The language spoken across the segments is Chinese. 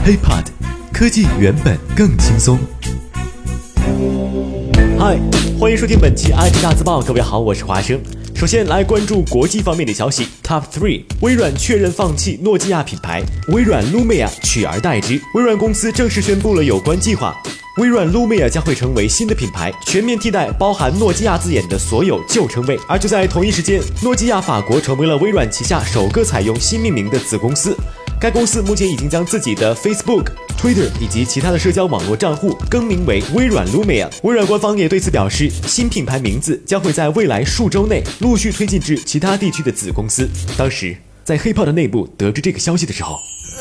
HeyPod， 科技原本更轻松。嗨，欢迎收听本期 IT 大字报，各位好，我是华生。首先来关注国际方面的消息 Top 3， 微软确认放弃诺基亚品牌，微软 Lumia 取而代之。微软公司正式宣布了有关计划，微软 Lumia 将会成为新的品牌，全面替代包含诺基亚字眼的所有旧称谓。而就在同一时间，诺基亚法国成为了微软旗下首个采用新命名的子公司。该公司目前已经将自己的 Facebook、Twitter 以及其他的社交网络账户更名为微软 Lumia。微软官方也对此表示，新品牌名字将会在未来数周内陆续推进至其他地区的子公司。当时在黑炮的内部得知这个消息的时候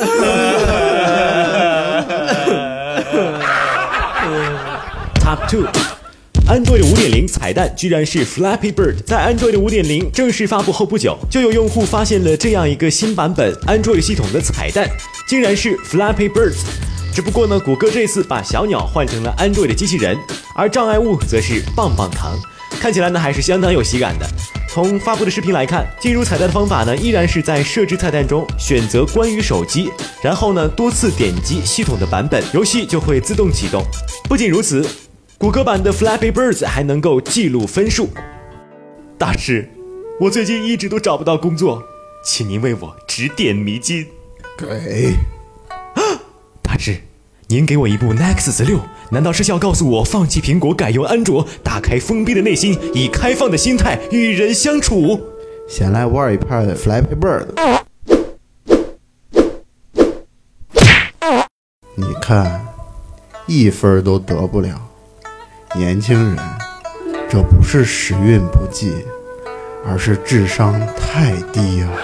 Top 2， Android 5.0 彩蛋居然是 Flappy Bird。 在 Android 5.0 正式发布后不久，就有用户发现了这样一个新版本 Android 系统的彩蛋，竟然是 Flappy Birds。 只不过呢，谷歌这次把小鸟换成了 Android 的机器人，而障碍物则是棒棒糖，看起来呢还是相当有喜感的。从发布的视频来看，进入彩蛋的方法呢依然是在设置菜单中选择关于手机，然后呢多次点击系统的版本，游戏就会自动启动。不仅如此，谷歌版的 Flappy Birds 还能够记录分数。大师，我最近一直都找不到工作，请您为我指点迷津。 给大师，您给我一部 Nexus 6，难道是要告诉我放弃苹果改用安卓，打开封闭的内心，以开放的心态与人相处？ 先来玩一盘 Flappy Bird。 你看1分都得不了，年轻人，这不是时运不济，而是智商太低啊。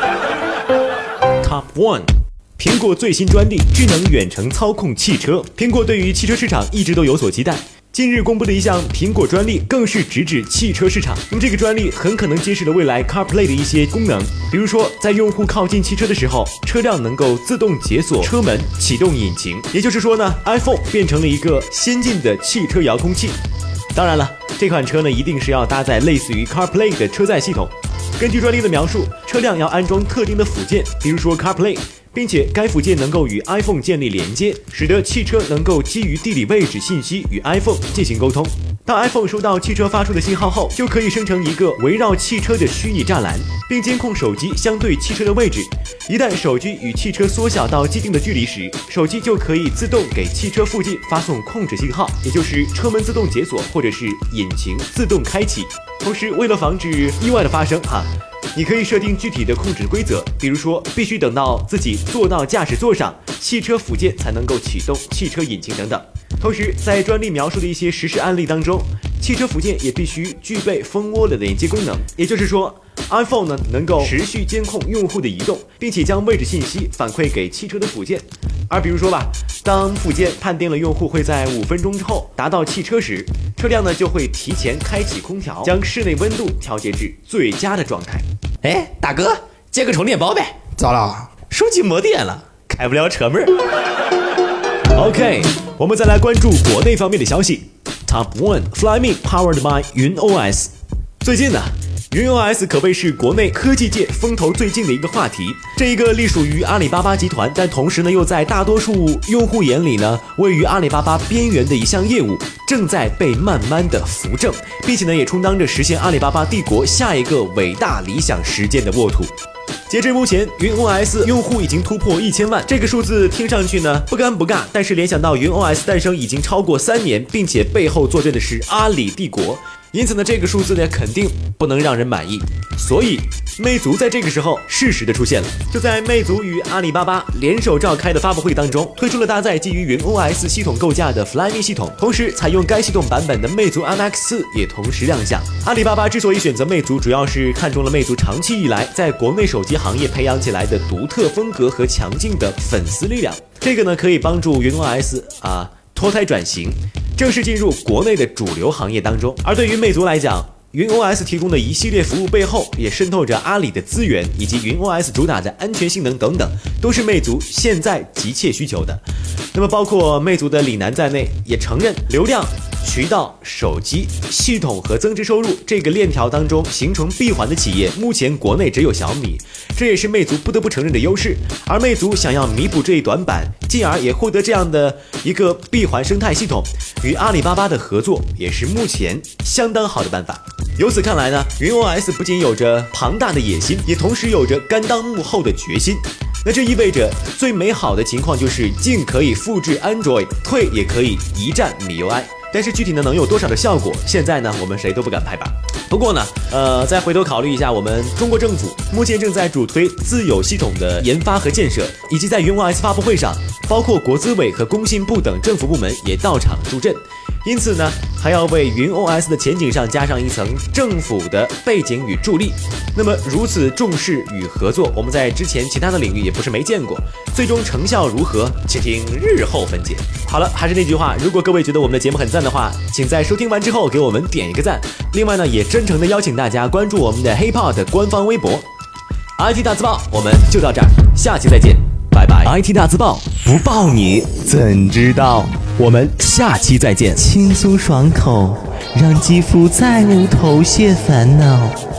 Top 1，苹果最新专利智能远程操控汽车。苹果对于汽车市场一直都有所期待，近日公布的一项苹果专利更是直指汽车市场。那么这个专利很可能揭示了未来 CarPlay 的一些功能，比如说在用户靠近汽车的时候，车辆能够自动解锁车门，启动引擎。也就是说呢， iPhone 变成了一个先进的汽车遥控器。当然了，这款车呢一定是要搭载类似于 CarPlay 的车载系统。根据专利的描述，车辆要安装特定的辅件，比如说 CarPlay，并且该辅件能够与 iPhone 建立连接，使得汽车能够基于地理位置信息与 iPhone 进行沟通。当 iPhone 收到汽车发出的信号后，就可以生成一个围绕汽车的虚拟栅栏，并监控手机相对汽车的位置。一旦手机与汽车缩小到既定的距离时，手机就可以自动给汽车附近发送控制信号，也就是车门自动解锁或者是引擎自动开启。同时，为了防止意外的发生你可以设定具体的控制规则，比如说必须等到自己坐到驾驶座上，汽车辅件才能够启动汽车引擎等等。同时，在专利描述的一些实施案例当中，汽车辅件也必须具备蜂窝的连接功能，也就是说 iPhone 呢能够持续监控用户的移动，并且将位置信息反馈给汽车的辅件。而比如说吧，当辅件判定了用户会在5分钟之后达到汽车时，车辆呢就会提前开启空调，将室内温度调节至最佳的状态。哎，大哥，借个充电宝呗。 咋了？ 手机没电了，开不了车门。OK， 我们再来关注国内方面的消息。Top 1， Flyme powered by 云 OS。 最近呢，云 OS 可谓是国内科技界风头最近的一个话题。这一个隶属于阿里巴巴集团，但同时呢又在大多数用户眼里呢位于阿里巴巴边缘的一项业务，正在被慢慢的扶正，并且呢也充当着实现阿里巴巴帝国下一个伟大理想实践的沃土。截至目前，云 OS 用户已经突破1000万，这个数字听上去呢不尴不尬，但是联想到云 OS 诞生已经超过3年，并且背后坐镇的是阿里帝国，因此呢这个数字呢肯定不能让人满意。所以魅族在这个时候适时的出现了。就在魅族与阿里巴巴联手召开的发布会当中，推出了搭载基于云 OS 系统构架的 Flyme 系统，同时采用该系统版本的魅族 MX4 也同时亮相。阿里巴巴之所以选择魅族，主要是看中了魅族长期以来在国内手机行业培养起来的独特风格和强劲的粉丝力量，这个呢可以帮助云 OS 脱胎转型，正式进入国内的主流行业当中。而对于魅族来讲，云 OS 提供的一系列服务背后也渗透着阿里的资源，以及云 OS 主打的安全性能等等，都是魅族现在急切需求的。那么包括魅族的李楠在内也承认，流量渠道、手机、系统和增值收入这个链条当中形成闭环的企业，目前国内只有小米，这也是魅族不得不承认的优势。而魅族想要弥补这一短板，进而也获得这样的一个闭环生态系统，与阿里巴巴的合作也是目前相当好的办法。由此看来呢，云 OS 不仅有着庞大的野心，也同时有着甘当幕后的决心。那这意味着最美好的情况就是进可以复制 Android， 退也可以一战米 UI。但是具体呢能有多少的效果，现在呢我们谁都不敢拍板。不过呢，再回头考虑一下，我们中国政府目前正在主推自有系统的研发和建设，以及在云 OS 发布会上，包括国资委和工信部等政府部门也到场助阵。因此呢，还要为云 OS 的前景上加上一层政府的背景与助力。那么如此重视与合作，我们在之前其他的领域也不是没见过，最终成效如何，且听日后分解。好了，还是那句话，如果各位觉得我们的节目很赞的话，请在收听完之后给我们点一个赞。另外呢，也真诚的邀请大家关注我们的 HeyPod 官方微博。IT 大字报，我们就到这儿，下期再见，拜拜。IT 大字报，不报你怎知道？我们下期再见。 轻松爽口，让肌肤再无头屑烦恼。